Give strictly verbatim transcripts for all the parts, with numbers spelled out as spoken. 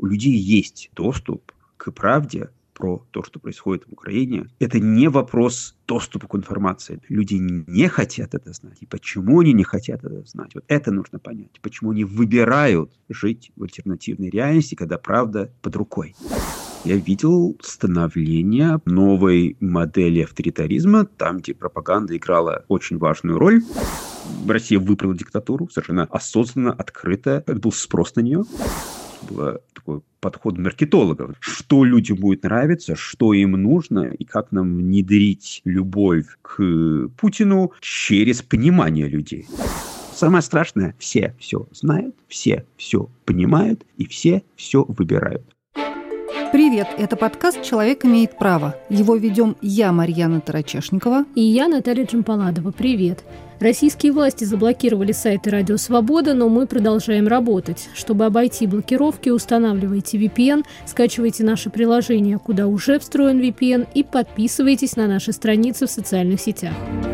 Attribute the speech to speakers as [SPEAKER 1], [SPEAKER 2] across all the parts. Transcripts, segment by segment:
[SPEAKER 1] у людей есть доступ к правде про то, что происходит в Украине. Это не вопрос доступа к информации. Люди не хотят это знать. И почему они не хотят это знать? Вот это нужно понять. Почему они выбирают жить в альтернативной реальности, когда правда под рукой. Я видел становление новой модели авторитаризма, там, где пропаганда играла очень важную роль. Россия выбрала диктатуру совершенно осознанно, открыто. Это был спрос на нее. Был такой подход маркетологов. Что людям будет нравиться, что им нужно, и как нам внедрить любовь к Путину через понимание людей. Самое страшное, все все знают, все все понимают, и все все выбирают.
[SPEAKER 2] Привет, это подкаст «Человек имеет право». Его ведем я, Марьяна Тарачешникова.
[SPEAKER 3] И я, Наталья Джампаладова. Привет. Российские власти заблокировали сайты «Радио Свобода», но мы продолжаем работать. Чтобы обойти блокировки, устанавливайте ви пи эн, скачивайте наше приложение, куда уже встроен ви пи эн, и подписывайтесь на наши страницы в социальных сетях.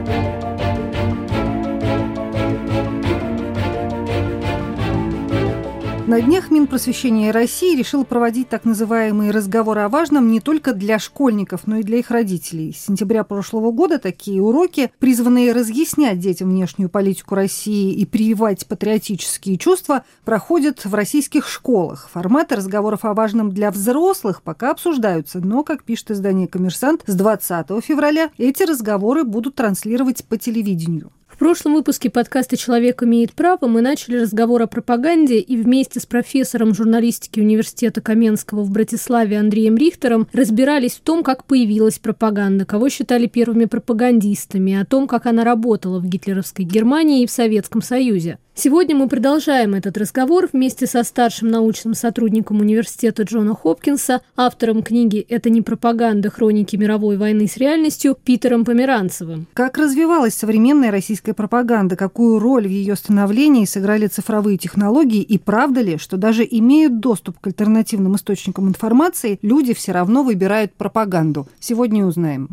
[SPEAKER 2] На днях Минпросвещения России решил проводить так называемые разговоры о важном не только для школьников, но и для их родителей. С сентября прошлого года такие уроки, призванные разъяснять детям внешнюю политику России и прививать патриотические чувства, проходят в российских школах. Форматы разговоров о важном для взрослых пока обсуждаются, но, как пишет издание «Коммерсант», с двадцатого февраля эти разговоры будут транслировать по телевидению.
[SPEAKER 3] В прошлом выпуске подкаста «Человек имеет право» мы начали разговор о пропаганде и вместе с профессором журналистики университета Каменского в Братиславе Андреем Рихтером разбирались в том, как появилась пропаганда, кого считали первыми пропагандистами, о том, как она работала в гитлеровской Германии и в Советском Союзе. Сегодня мы продолжаем этот разговор вместе со старшим научным сотрудником университета Джона Хопкинса, автором книги «Это не пропаганда. Хроники мировой войны с реальностью» Питером Померанцевым.
[SPEAKER 2] Как развивалась современная российская пропаганда, какую роль в ее становлении сыграли цифровые технологии, и правда ли, что даже имея доступ к альтернативным источникам информации, люди все равно выбирают пропаганду? Сегодня узнаем.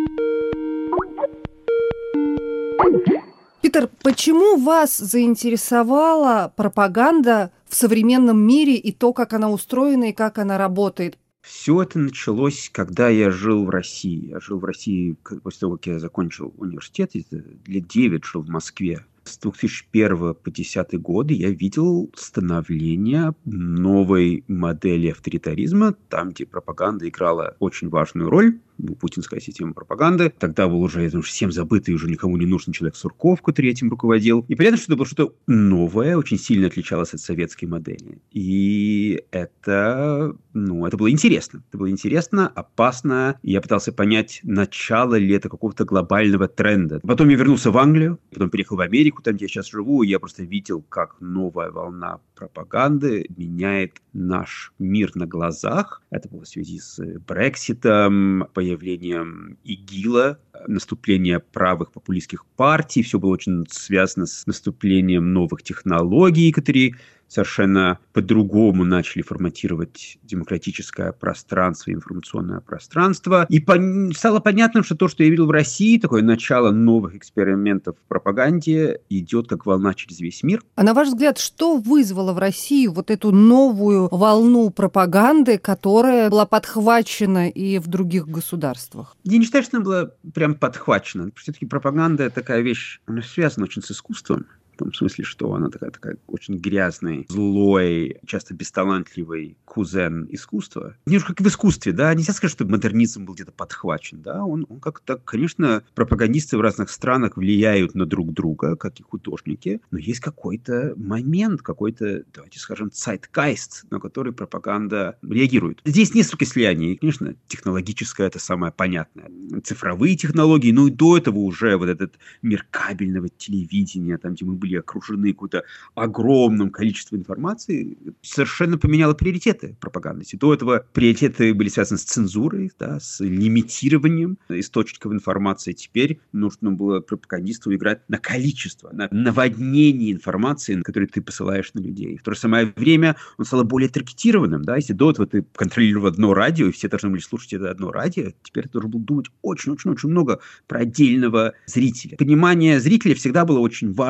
[SPEAKER 2] Питер, почему вас заинтересовала пропаганда в современном мире и то, как она устроена и как она работает?
[SPEAKER 1] Все это началось, когда я жил в России. Я жил в России после того, как я закончил университет, лет девять жил в Москве. С две тысячи первого по две тысячи десятый годы я видел становление новой модели авторитаризма, там, где пропаганда играла очень важную роль. Ну, путинская система пропаганды. Тогда был уже, я думаю, всем забытый, уже никому не нужный человек Сурков, который этим руководил. И понятно, что это было что-то новое, очень сильно отличалось от советской модели. И это, ну, это было интересно. Это было интересно, опасно. И я пытался понять, начало ли это какого-то глобального тренда. Потом я вернулся в Англию, потом переехал в Америку, там, где я сейчас живу, и я просто видел, как новая волна пропаганды меняет наш мир на глазах. Это было в связи с Брекситом, появлением ИГИЛа, наступление правых популистских партий. Все было очень связано с наступлением новых технологий, которые совершенно по-другому начали форматировать демократическое пространство, информационное пространство. И по- стало понятно, что то, что я видел в России, такое начало новых экспериментов в пропаганде, идет как волна через весь мир.
[SPEAKER 2] А на ваш взгляд, что вызвало в России вот эту новую волну пропаганды, которая была подхвачена и в других государствах?
[SPEAKER 1] Я не считаю, что она была прям подхвачена. Все-таки пропаганда такая вещь, она связана очень с искусством. В том смысле, что она такая, такая очень грязный, злой, часто бесталантливый кузен искусства. Немножко как в искусстве, да, нельзя сказать, что модернизм был где-то подхвачен, да, он, он как-то, конечно, пропагандисты в разных странах влияют на друг друга, как и художники, но есть какой-то момент, какой-то, давайте скажем, zeitgeist, на который пропаганда реагирует. Здесь несколько слияний, и, конечно, технологическое — это самое понятное. Цифровые технологии, ну и до этого уже вот этот мир кабельного телевидения, там, где мы были окружены каким-то огромным количеством информации, совершенно поменяло приоритеты пропаганды. До этого приоритеты были связаны с цензурой, да, с лимитированием источников информации. Теперь нужно было пропагандисту играть на количество, на наводнение информации, которую ты посылаешь на людей. В то же самое время он стал более таргетированным. Да? Если до этого ты контролировал одно радио, и все должны были слушать это одно радио, теперь ты должен был думать очень-очень-очень много про отдельного зрителя. Понимание зрителя всегда было очень важно для пропаганды.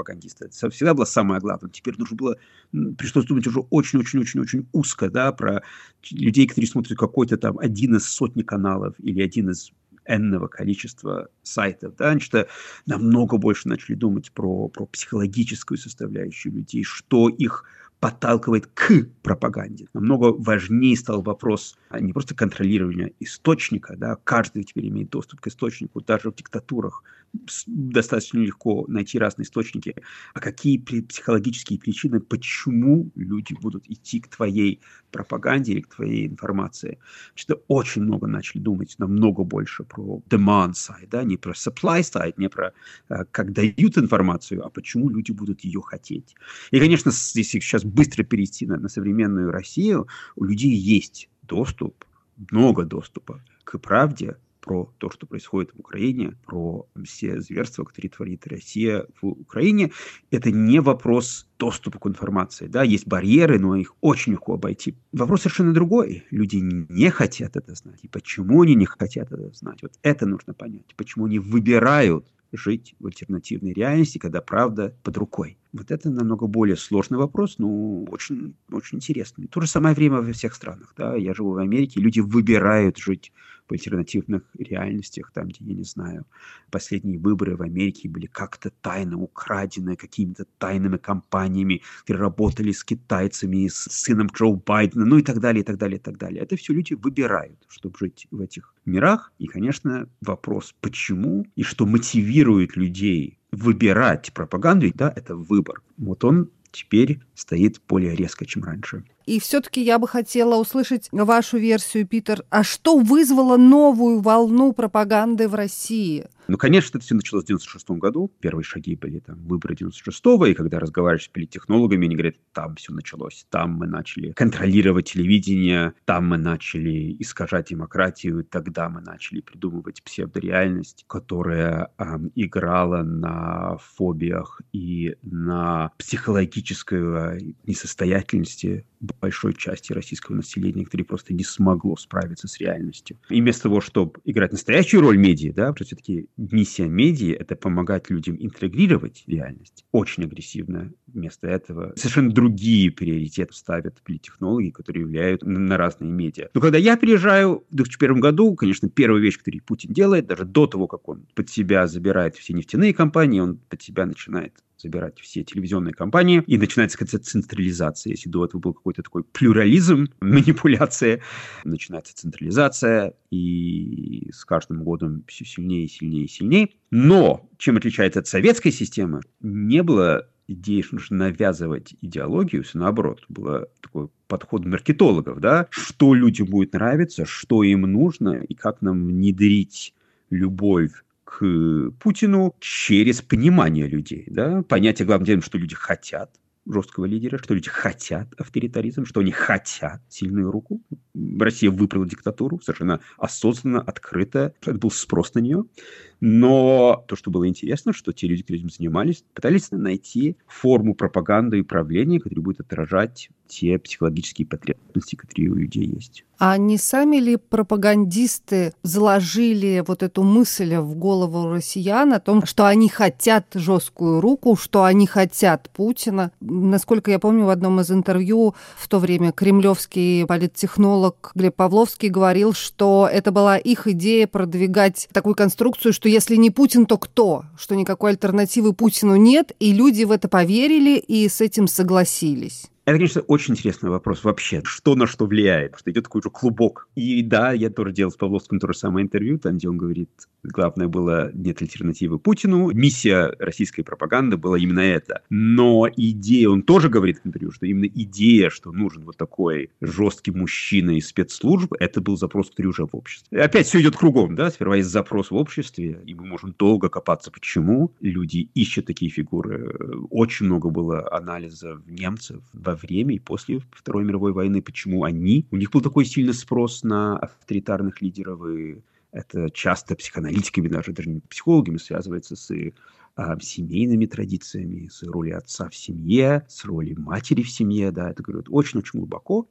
[SPEAKER 1] пропагандиста. Это всегда было самое главное. Теперь нужно было, пришлось думать уже очень-очень-очень-очень узко, да, про людей, которые смотрят какой-то там один из сотни каналов или один из энного количества сайтов, да, что намного больше начали думать про, про психологическую составляющую людей, что их подталкивает к пропаганде. Намного важнее стал вопрос не просто контролирования источника, да, каждый теперь имеет доступ к источнику, даже в диктатурах достаточно легко найти разные источники, а какие психологические причины, почему люди будут идти к твоей пропаганде или к твоей информации. Что очень много начали думать, намного больше про demand side, да, не про supply side, не про как дают информацию, а почему люди будут ее хотеть. И, конечно, если сейчас быстро перейти на, на современную Россию, у людей есть доступ, много доступа к правде про то, что происходит в Украине, про все зверства, которые творит Россия в Украине. Это не вопрос доступа к информации. Да, есть барьеры, но их очень легко обойти. Вопрос совершенно другой. Люди не хотят это знать. И почему они не хотят это знать? Вот это нужно понять. Почему они выбирают жить в альтернативной реальности, когда правда под рукой. Вот это намного более сложный вопрос, но очень, очень интересный. В то же самое время во всех странах. Да? Я живу в Америке, люди выбирают жить в альтернативных реальностях, там, где, я не знаю, последние выборы в Америке были как-то тайно украдены какими-то тайными компаниями, которые работали с китайцами, с сыном Джо Байдена, ну и так далее, и так далее, и так далее. Это все люди выбирают, чтобы жить в этих мирах. И, конечно, вопрос, почему и что мотивирует людей выбирать пропаганду, да, это выбор. Вот он теперь стоит более резко, чем раньше.
[SPEAKER 2] И все-таки я бы хотела услышать вашу версию, Питер. А что вызвало новую волну пропаганды в России?
[SPEAKER 1] Ну, конечно, это все началось в девяносто шестом году. Первые шаги были там выборы девяносто шестого, и когда разговариваешь с политтехнологами, они говорят, там все началось. Там мы начали контролировать телевидение, там мы начали искажать демократию, тогда мы начали придумывать псевдореальность, которая эм, играла на фобиях и на психологической несостоятельности большой части российского населения, которое просто не смогло справиться с реальностью. И вместо того, чтобы играть настоящую роль медиа, да, потому что все-таки миссия медиа – это помогать людям интегрировать реальность. Очень агрессивно. Вместо этого совершенно другие приоритеты ставят политтехнологи, которые влияют на, на разные медиа. Но когда я приезжаю в две тысячи первом году, конечно, первая вещь, которую Путин делает, даже до того, как он под себя забирает все нефтяные компании, он под себя начинает забирать все телевизионные компании, и начинается какая-то централизация. Если до этого был какой-то такой плюрализм, манипуляция, начинается централизация, и с каждым годом все сильнее, сильнее, сильнее. Но чем отличается от советской системы, не было идеи, что нужно навязывать идеологию, все наоборот. Был такой подход маркетологов, да, что людям будет нравиться, что им нужно, и как нам внедрить любовь к Путину через понимание людей. Да? Понятие, главное, что люди хотят жесткого лидера, что люди хотят авторитаризм, что они хотят сильную руку. Россия выбрала диктатуру совершенно осознанно, открыто. Это был спрос на нее. Но то, что было интересно, что те люди, которые этим занимались, пытались найти форму пропаганды и правления, которая будет отражать те психологические потребности, которые у людей есть.
[SPEAKER 2] А не сами ли пропагандисты заложили вот эту мысль в голову россиян о том, что они хотят жесткую руку, что они хотят Путина? Насколько я помню, в одном из интервью в то время кремлевский политтехнолог Глеб Павловский говорил, что это была их идея продвигать такую конструкцию, что если не Путин, то кто? Что никакой альтернативы Путину нет, и люди в это поверили и с этим согласились.
[SPEAKER 1] Это, конечно, очень интересный вопрос вообще. Что на что влияет? Потому что идет такой же клубок. И да, я тоже делал с Павловским то же самое интервью, там, где он говорит, главное было нет альтернативы Путину. Миссия российской пропаганды была именно это. Но идея, он тоже говорит в интервью, что именно идея, что нужен вот такой жесткий мужчина из спецслужб, это был запрос, который уже в обществе. Опять все идет кругом, да? Сперва есть запрос в обществе, и мы можем долго копаться, почему люди ищут такие фигуры. Очень много было анализа немцев во время и после Второй мировой войны, почему они, у них был такой сильный спрос на авторитарных лидеров, и это часто психоаналитиками, даже, даже не психологами связывается с а, семейными традициями, с ролью отца в семье, с ролью матери в семье, да, это, говорю, очень-очень глубоко,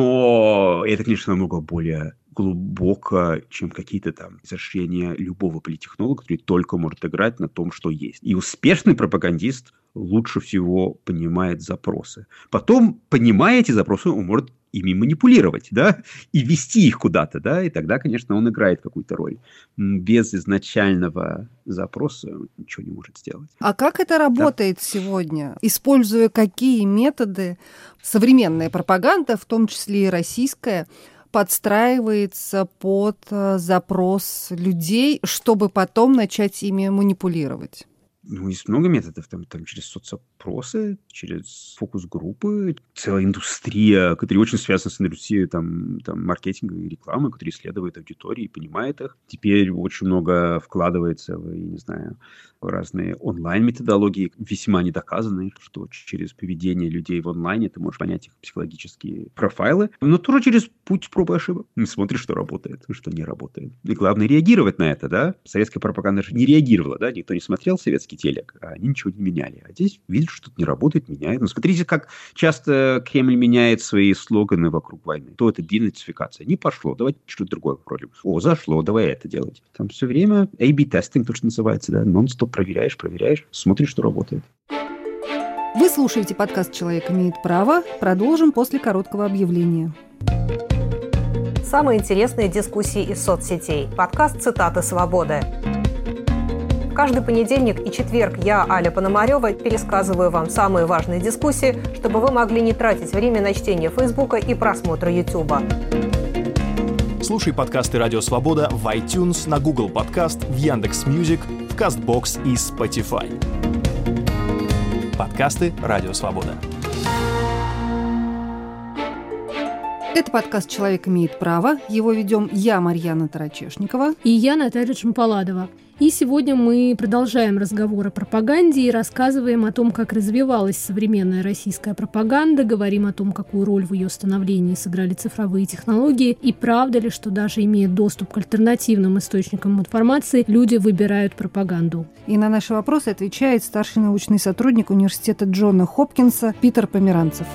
[SPEAKER 1] но это, конечно, намного более глубоко, чем какие-то там изощрения любого политтехнолога, который только может играть на том, что есть. И успешный пропагандист, лучше всего понимает запросы. Потом, понимая эти запросы, он может ими манипулировать, да, и вести их куда-то, да, и тогда, конечно, он играет какую-то роль. Без изначального запроса ничего не может сделать.
[SPEAKER 2] А как это работает да. сегодня? Используя какие методы современная пропаганда, в том числе и российская, подстраивается под запрос людей, чтобы потом начать ими манипулировать?
[SPEAKER 1] Ну, есть много методов, там, там через соцопросы, через фокус-группы, целая индустрия, которая очень связана с индустрией там, там, маркетинга и рекламы, которая исследует аудитории и понимает их. Теперь очень много вкладывается в, я не знаю, разные онлайн-методологии, весьма недоказанные, что через поведение людей в онлайне ты можешь понять их психологические профайлы, но тоже через путь проб и ошибок. Смотришь, что работает, что не работает. И главное реагировать на это, да. Советская пропаганда же не реагировала, да, никто не смотрел советский телек, а они ничего не меняли. А здесь видят, что что-то не работает, меняют. Но смотрите, как часто Кремль меняет свои слоганы вокруг войны. То это денацификация. Не пошло, давайте что-то другое попробуем. О, зашло, давай это делать. Там все время эй би-тестинг, то, что называется, да, нон-стоп проверяешь, проверяешь, смотришь, что работает.
[SPEAKER 2] Вы слушаете подкаст «Человек имеет право». Продолжим после короткого объявления.
[SPEAKER 4] Самые интересные дискуссии из соцсетей. Подкаст «Цитаты свободы». Каждый понедельник и четверг я, Аля Пономарева, пересказываю вам самые важные дискуссии, чтобы вы могли не тратить время на чтение Фейсбука и просмотра Ютуба.
[SPEAKER 5] Слушай подкасты «Радио Свобода» в iTunes, на Google Подкаст, в Яндекс.Мьюзик, в Кастбокс и Spotify. Подкасты «Радио Свобода».
[SPEAKER 2] Это подкаст «Человек имеет право». Его ведем я, Марьяна Тарачешникова.
[SPEAKER 3] И я, Наталья Шампаладова. И сегодня мы продолжаем разговор о пропаганде и рассказываем о том, как развивалась современная российская пропаганда, говорим о том, какую роль в ее становлении сыграли цифровые технологии, и правда ли, что даже имея доступ к альтернативным источникам информации, люди выбирают пропаганду.
[SPEAKER 2] И на наши вопросы отвечает старший научный сотрудник университета Джона Хопкинса Питер Померанцев.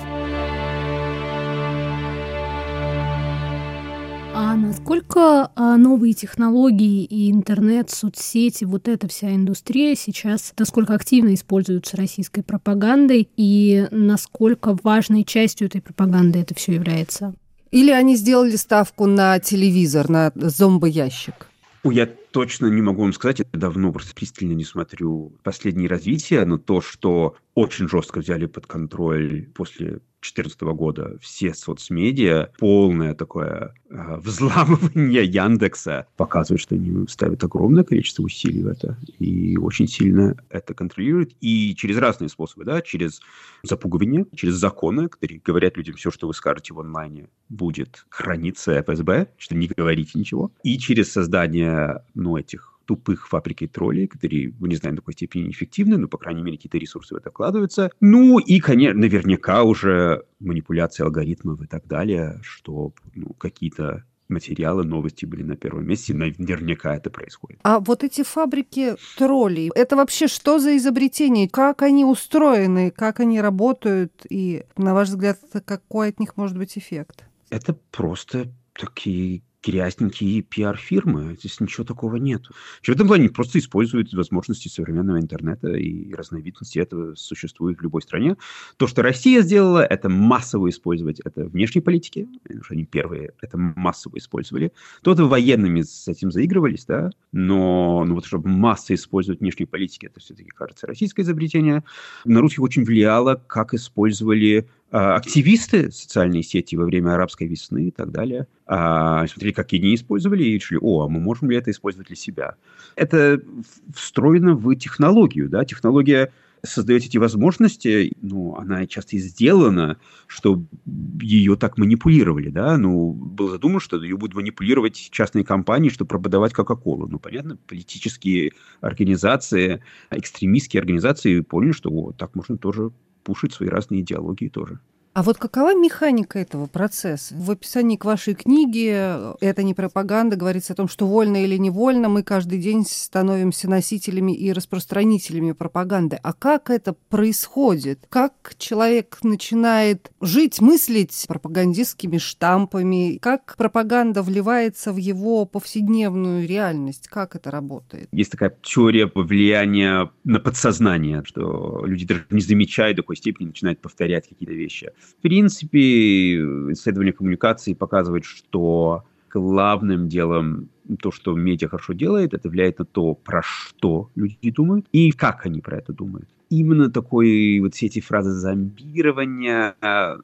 [SPEAKER 3] А насколько новые технологии и интернет, соцсети, вот эта вся индустрия сейчас, насколько активно используются российской пропагандой и насколько важной частью этой пропаганды это все является?
[SPEAKER 2] Или они сделали ставку на телевизор, на зомбоящик?
[SPEAKER 1] Я точно не могу вам сказать, я давно просто пристально не смотрю последние развития, но то, что очень жестко взяли под контроль после две тысячи четырнадцатого года все соцмедиа, полное такое э, взламывание Яндекса, показывает, что они ставят огромное количество усилий в это и очень сильно это контролируют. И через разные способы, да, через запугивание, через законы, которые говорят людям, все, что вы скажете в онлайне, будет храниться эф эс бэ, что не говорите ничего, и через создание, ну, этих тупых фабрики троллей, которые, мы не знаем, до какой степени эффективны, но, по крайней мере, какие-то ресурсы в это вкладываются. Ну, и, конечно, наверняка уже манипуляции алгоритмов и так далее, что ну, какие-то материалы, новости были на первом месте, наверняка это происходит.
[SPEAKER 2] А вот эти фабрики троллей, это вообще что за изобретение? Как они устроены, как они работают? И, на ваш взгляд, какой от них может быть эффект?
[SPEAKER 1] Это просто такие грязненькие пиар-фирмы. Здесь ничего такого нет. В этом плане просто используют возможности современного интернета и разновидности этого существует в любой стране. То, что Россия сделала, это массово использовать это в внешней политике, потому что они первые это массово использовали. То-то военными с этим заигрывались, да, но ну, вот чтобы массово использовать в внешней политике, это все-таки, кажется, российское изобретение. На русских очень влияло, как использовали активисты социальные сети во время арабской весны и так далее. А, смотрели, как они использовали, и решили, о, а мы можем ли это использовать для себя? Это встроено в технологию, да, технология создает эти возможности, ну, она часто и сделана, что ее так манипулировали, да, ну, было задумано, что ее будут манипулировать частные компании, чтобы продавать Кока-Колу. Ну, понятно, политические организации, экстремистские организации поняли, что о, так можно тоже пушить свои разные идеологии тоже.
[SPEAKER 2] А вот какова механика этого процесса? В описании к вашей книге «Это не пропаганда» говорится о том, что вольно или невольно мы каждый день становимся носителями и распространителями пропаганды. А как это происходит? Как человек начинает жить, мыслить пропагандистскими штампами? Как пропаганда вливается в его повседневную реальность? Как это работает?
[SPEAKER 1] Есть такая теория влияния на подсознание, что люди даже не замечают, до какой степени начинают повторять какие-то вещи. В принципе, исследование коммуникации показывает, что главным делом то, что медиа хорошо делает, это влияет на то, про что люди думают и как они про это думают. Именно такой, вот все эти фразы зомбирования,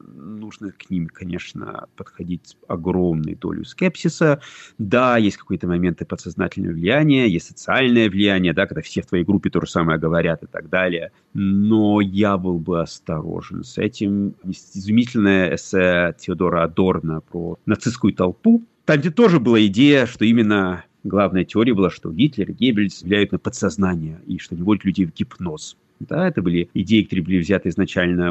[SPEAKER 1] нужно к ним, конечно, подходить с огромной долей скепсиса. Да, есть какие-то моменты подсознательного влияния, есть социальное влияние, да, когда все в твоей группе то же самое говорят и так далее. Но я был бы осторожен с этим. Есть изумительное эссе Теодора Адорно про нацистскую толпу. Там где тоже была идея, что именно главная теория была, что Гитлер и Геббельс влияют на подсознание и что они вводят людей в гипноз. Да, это были идеи, которые были взяты изначально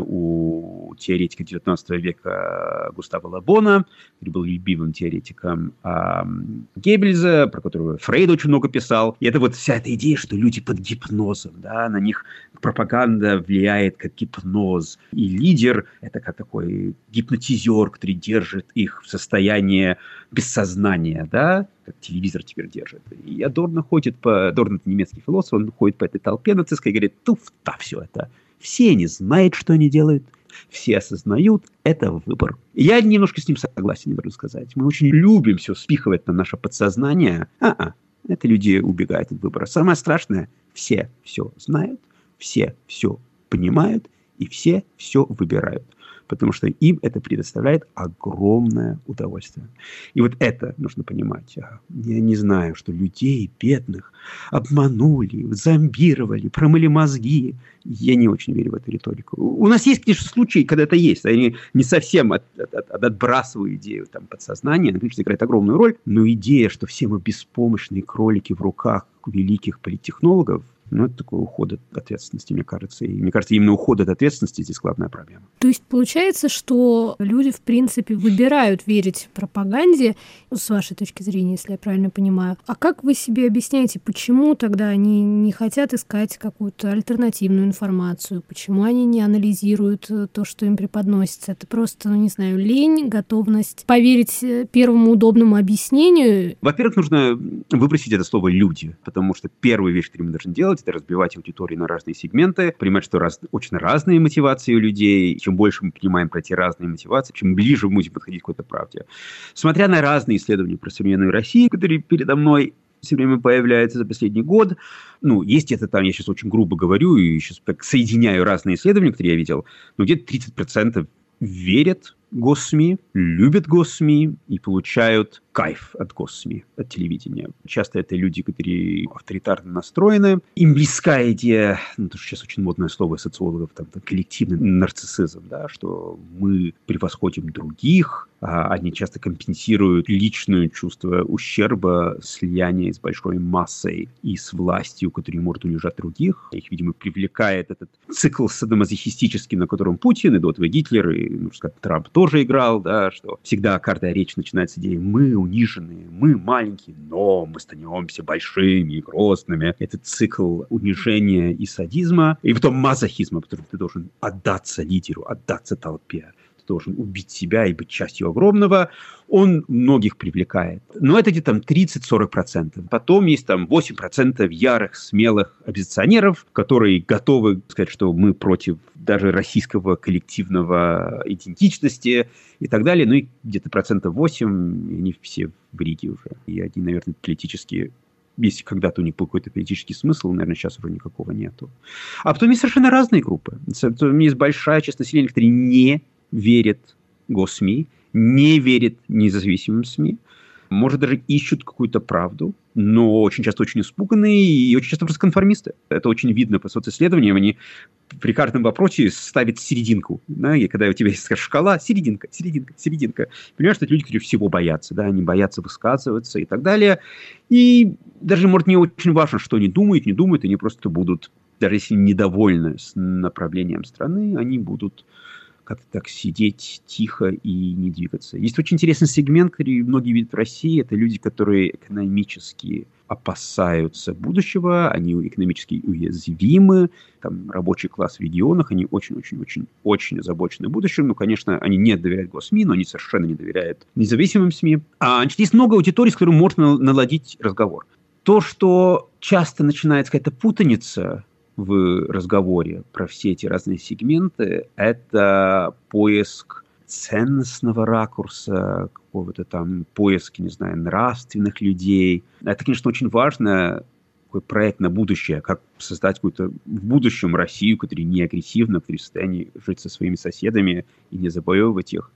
[SPEAKER 1] у теоретика девятнадцатого века Густава Ля Бона, который был любимым теоретиком а, Геббельса, про которого Фрейд очень много писал. И это вот вся эта идея, что люди под гипнозом, да, на них пропаганда влияет как гипноз. И лидер – это как такой гипнотизер, который держит их в состоянии бессознания, да, как телевизор теперь держит. И Адорно ходит по... Адорно – это немецкий философ, он ходит по этой толпе нацистской и говорит: туфта все это. Все они знают, что они делают, все осознают, это выбор. И я немножко с ним согласен, не должен сказать. Мы очень любим все спихивать на наше подсознание. А-а, это люди убегают от выбора. Самое страшное – все все знают, все все понимают, и все все выбирают. Потому что им это предоставляет огромное удовольствие. И вот это нужно понимать. Я не знаю, что людей бедных обманули, зомбировали, промыли мозги. Я не очень верю в эту риторику. У нас есть, конечно, случаи, когда это есть. Они не совсем от, от, от, отбрасывают идею там, подсознания. Она, конечно, играет огромную роль. Но идея, что все мы беспомощные кролики в руках великих политтехнологов, ну, это такой уход от ответственности, мне кажется. И мне кажется, именно уход от ответственности здесь главная проблема.
[SPEAKER 3] То есть получается, что люди, в принципе, выбирают верить пропаганде, с вашей точки зрения, если я правильно понимаю. А как вы себе объясняете, почему тогда они не хотят искать какую-то альтернативную информацию? Почему они не анализируют то, что им преподносится? Это просто, ну, не знаю, лень, готовность поверить первому удобному объяснению?
[SPEAKER 1] Во-первых, нужно выбросить это слово «люди», потому что первую вещь, которую мы должны делать, это разбивать аудиторию на разные сегменты, понимать, что раз, очень разные мотивации у людей. Чем больше мы понимаем про эти разные мотивации, чем ближе мы будем подходить к какой-то правде. Смотря на разные исследования про современную Россию, которые передо мной все время появляются за последний год, ну, есть это там, я сейчас очень грубо говорю, и сейчас так соединяю разные исследования, которые я видел, но где-то тридцать процентов верят госсми, любят госсми и получают кайф от госсми, от телевидения. Часто это люди, которые авторитарно настроены. Им близка идея, ну, то, что сейчас очень модное слово социологов, там, там коллективный нарциссизм, да, что мы превосходим других, а они часто компенсируют личное чувство ущерба, слияния с большой массой и с властью, которая может унижать других. Их, видимо, привлекает этот цикл садомазохистический, на котором Путин и до этого Гитлер, и, ну, сказать, Трамп тоже играл, да, что всегда каждая речь начинается с идеей «мы униженные, мы маленькие, но мы станемся большими и грозными». Это цикл унижения и садизма, и потом мазохизма, потому что ты должен отдаться лидеру, отдаться толпе. Должен убить себя и быть частью огромного, он многих привлекает. Но это где-то там тридцать-сорок процентов. Потом есть там восемь процентов ярых, смелых оппозиционеров, которые готовы сказать, что мы против даже российского коллективного идентичности и так далее. Ну и где-то процентов восемь, и они все в Риге уже. И они, наверное, политически... Если когда-то у них был какой-то политический смысл, наверное, сейчас уже никакого нету. А потом есть совершенно разные группы. Есть большая часть населения, которые не верят госсми, не верят независимым СМИ, может, даже ищут какую-то правду, но очень часто очень испуганные и очень часто просто конформисты. Это очень видно по социсследованиям. Они при каждом вопросе ставят серединку. Да? И когда у тебя есть шкала, серединка, серединка, серединка. Понимаешь, что это люди, которые всего боятся. Да? Они боятся высказываться и так далее. И даже, может, не очень важно, что они думают, не думают. Они просто будут, даже если недовольны с направлением страны, они будут как-то так сидеть тихо и не двигаться. Есть очень интересный сегмент, который многие видят в России. Это люди, которые экономически опасаются будущего, они экономически уязвимы, там рабочий класс в регионах, они очень-очень-очень-очень озабочены будущим. Ну, конечно, они не доверяют госсми, но они совершенно не доверяют независимым СМИ. А значит, есть много аудиторий, с которыми можно наладить разговор. То, что часто начинается какая-то путаница в разговоре про все эти разные сегменты, это поиск ценностного ракурса, какого-то там поиска, не знаю, нравственных людей. Это, конечно, очень важно, такой проект на будущее, как создать какую-то в будущем Россию, которая не агрессивна, которая в состоянии жить со своими соседями и не завоевывать их.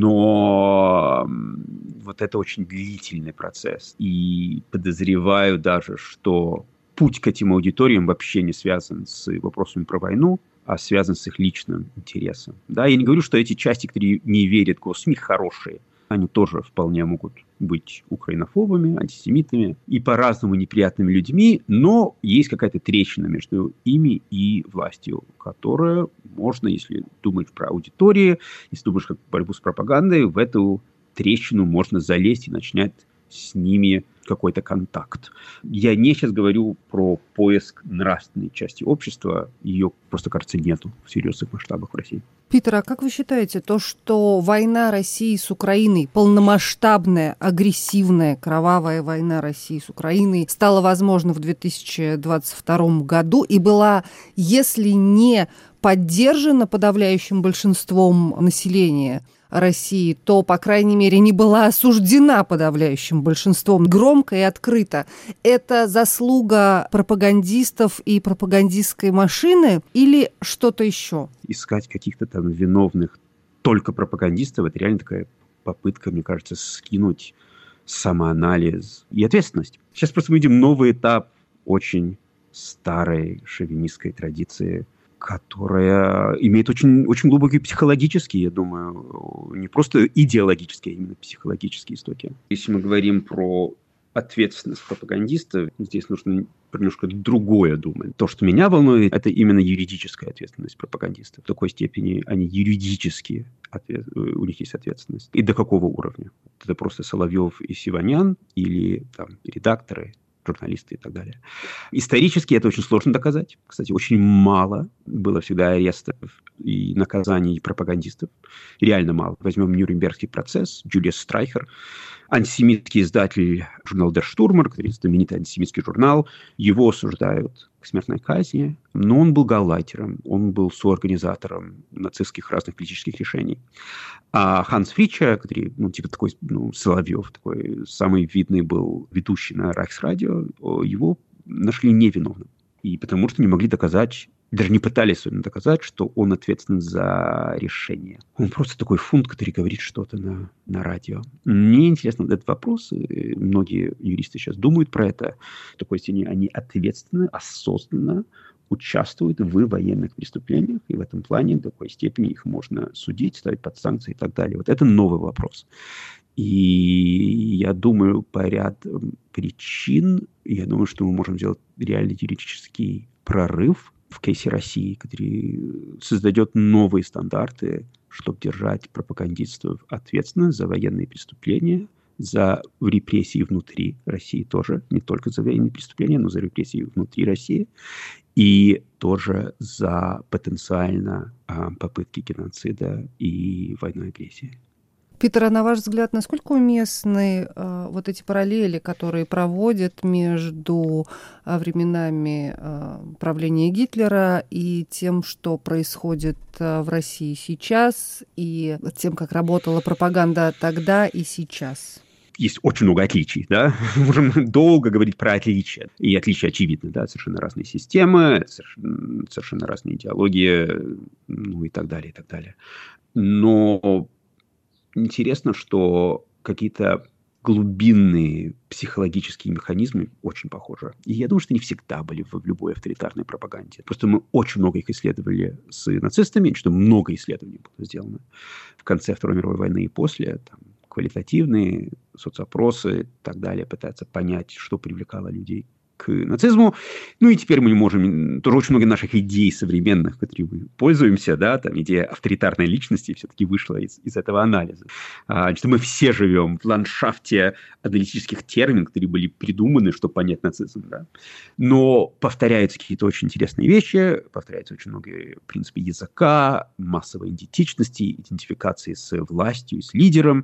[SPEAKER 1] Но вот это очень длительный процесс. И подозреваю даже, что путь к этим аудиториям вообще не связан с вопросами про войну, а связан с их личным интересом. Да, я не говорю, что эти части, которые не верят в госсми, хорошие. Они тоже вполне могут быть украинофобами, антисемитами и по-разному неприятными людьми, но есть какая-то трещина между ими и властью, которая можно, если думать про аудиторию, если думаешь как борьбу с пропагандой, в эту трещину можно залезть и начать с ними какой-то контакт. Я не сейчас говорю про поиск нравственной части общества, ее просто, кажется, нету в серьезных масштабах в России.
[SPEAKER 2] Питер, а как вы считаете, то, что война России с Украиной, полномасштабная, агрессивная, кровавая война России с Украиной стала возможна в две тысячи двадцать втором году и была, если не поддержана подавляющим большинством населения России, то, по крайней мере, не была осуждена подавляющим большинством громко и открыто. Это заслуга пропагандистов и пропагандистской машины или что-то еще?
[SPEAKER 1] Искать каких-то там виновных только пропагандистов — это реально такая попытка, мне кажется, скинуть самоанализ и ответственность. Сейчас просто мы видим новый этап очень старой шовинистской традиции, которая имеет очень, очень глубокие психологические, я думаю, не просто идеологические, а именно психологические истоки. Если мы говорим про ответственность пропагандистов, здесь нужно немножко другое думать. То, что меня волнует, это именно юридическая ответственность пропагандистов. В такой степени они юридически, ответ... у них есть ответственность. И до какого уровня? Это просто Соловьев и Сиванян или там редакторы, журналисты и так далее. Исторически это очень сложно доказать. Кстати, очень мало было всегда арестов и наказаний пропагандистов. Реально мало. Возьмем Нюрнбергский процесс, Джулиус Страйхер, антисемитский издатель журнала Der Stürmer, который знаменитый антисемитский журнал, его осуждают к смертной казни, но он был гаулайтером, он был соорганизатором нацистских разных политических решений. А Ханс Фрича, который, ну, типа такой, ну, Соловьев, такой самый видный был ведущий на Райхсрадио, его нашли невиновным. И потому что не могли доказать, даже не пытались особенно доказать, что он ответственен за решение. Он просто такой фунт, который говорит что-то на, на радио. Мне интересно вот этот вопрос. Многие юристы сейчас думают про это. В такой степени они ответственно, осознанно участвуют в военных преступлениях. И в этом плане в такой степени их можно судить, ставить под санкции и так далее. Вот это новый вопрос. И я думаю, по ряду причин, я думаю, что мы можем сделать реальный юридический прорыв в кейсе России, который создает новые стандарты, чтобы держать пропагандистов ответственны за военные преступления, за репрессии внутри России тоже, не только за военные преступления, но за репрессии внутри России, и тоже за потенциально а, попытки геноцида и военной агрессии.
[SPEAKER 2] Питер, а на ваш взгляд, насколько уместны э, вот эти параллели, которые проводят между э, временами э, правления Гитлера и тем, что происходит э, в России сейчас, и тем, как работала пропаганда тогда и сейчас?
[SPEAKER 1] Есть очень много отличий, да, можем долго говорить про отличия, и отличия очевидны, да, совершенно разные системы, совершенно, совершенно разные идеологии, ну и так далее, и так далее. Но интересно, что какие-то глубинные психологические механизмы очень похожи. И я думаю, что они всегда были в любой авторитарной пропаганде. Просто мы очень много их исследовали с нацистами, что много исследований было сделано в конце Второй мировой войны и после, там, квалитативные соцопросы и так далее, пытаются понять, что привлекало людей к нацизму. Ну и теперь мы можем, тоже очень много наших идей современных, которыми мы пользуемся, да, там идея авторитарной личности все-таки вышла из, из этого анализа. А, что мы все живем в ландшафте аналитических терминов, которые были придуманы, чтобы понять нацизм, да. Но повторяются какие-то очень интересные вещи, повторяется очень много принципов языка, массовой идентичности, идентификации с властью, с лидером,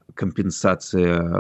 [SPEAKER 1] компенсация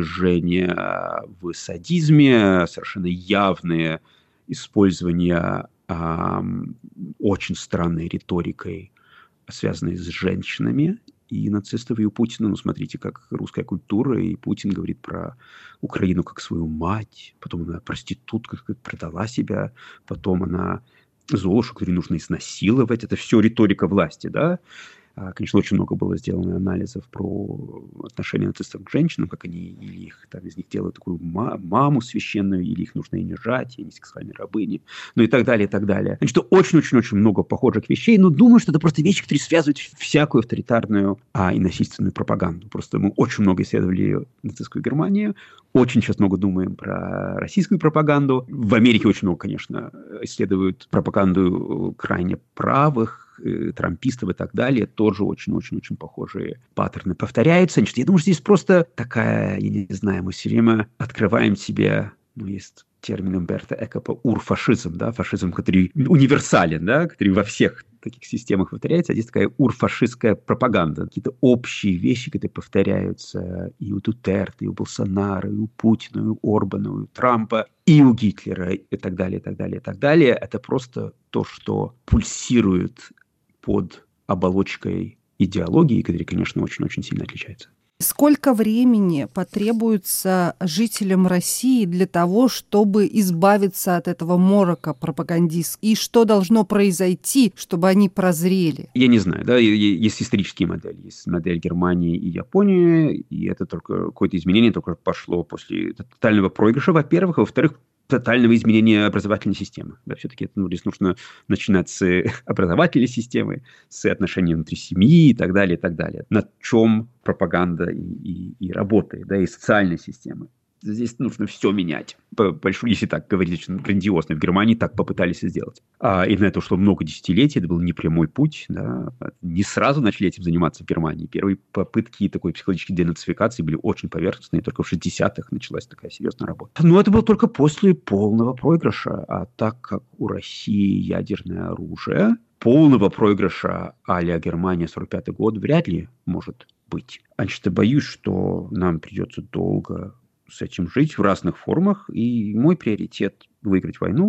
[SPEAKER 1] унижения в садизме, совершенно явное использование э, очень странной риторикой, связанной с женщинами, и нацистов, и у Путина. Ну, смотрите, как русская культура, и Путин говорит про Украину как свою мать, потом она проститутка, как продала себя, потом она Золушку, которую нужно изнасиловать. Это все риторика власти, да? Конечно, очень много было сделано анализов про отношения нацистов к женщинам, как они или их, там, из них делают такую маму священную, или их нужно унижать, и они сексуальные рабыни, ну и так далее, и так далее. Значит, очень-очень-очень много похожих вещей, но думаю, что это просто вещи, которые связывают всякую авторитарную а, и насильственную пропаганду. Просто мы очень много исследовали нацистскую Германию, очень сейчас много думаем про российскую пропаганду. В Америке очень много, конечно, исследуют пропаганду крайне правых, трампистов и так далее, тоже очень-очень-очень похожие паттерны повторяются. Значит, я думаю, что здесь просто такая, я не знаю, мы все время открываем себе, ну, есть термин Умберто Эко, урфашизм, да, фашизм, который универсален, да, который во всех таких системах повторяется, а здесь такая урфашистская пропаганда, какие-то общие вещи, которые повторяются и у Дутерте, и у Болсонaro, и у Путина, и у Орбана, и у Трампа, и у Гитлера, и так далее, и так далее, и так далее. Это просто то, что пульсирует под оболочкой идеологии, которая, конечно, очень-очень сильно отличается.
[SPEAKER 2] Сколько времени потребуется жителям России для того, чтобы избавиться от этого морока пропагандистского? И что должно произойти, чтобы они прозрели?
[SPEAKER 1] Я не знаю, да, есть исторические модели. Есть модель Германии и Японии, и это только какое-то изменение только пошло после тотального проигрыша, во-первых, а во-вторых, тотального изменения образовательной системы. Да, все-таки это, ну, здесь нужно начинать с образовательной системы, с отношений внутри семьи и так далее, и так далее. На чем пропаганда и, и, и работает, да, и социальной системы. Здесь нужно все менять. Большую, если так говорить, очень грандиозно. В Германии так попытались сделать. А, и на это ушло много десятилетий. Это был непрямой путь. Да. Не сразу начали этим заниматься в Германии. Первые попытки такой психологической денацификации были очень поверхностные. Только в шестидесятых началась такая серьезная работа. Но это было только после полного проигрыша. А так как у России ядерное оружие, полного проигрыша а-ля Германия сорок пятый год вряд ли может быть. Значит, я боюсь, что нам придется долго с этим жить в разных формах. И мой приоритет – выиграть войну,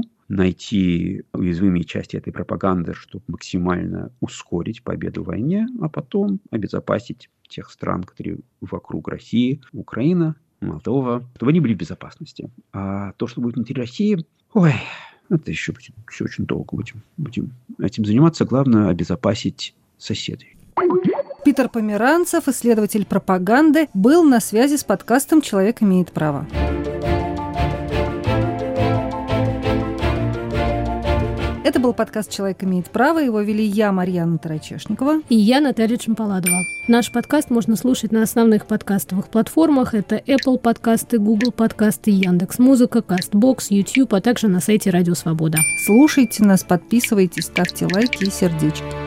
[SPEAKER 1] найти уязвимые части этой пропаганды, чтобы максимально ускорить победу в войне, а потом обезопасить тех стран, которые вокруг России, Украина, Молдова, чтобы они были в безопасности. А то, что будет внутри России, ой, это еще будет, все очень долго будем, будем этим заниматься. Главное – обезопасить соседей.
[SPEAKER 2] Питер Померанцев, исследователь пропаганды, был на связи с подкастом «Человек имеет право». Это был подкаст «Человек имеет право». Его вели я, Марьяна Тарачешникова.
[SPEAKER 3] И я, Наталья Чемпаладова. Наш подкаст можно слушать на основных подкастовых платформах. Это Apple подкасты, Google подкасты, Яндекс.Музыка, Castbox, YouTube, а также на сайте Радио Свобода.
[SPEAKER 2] Слушайте нас, подписывайтесь, ставьте лайки и сердечки.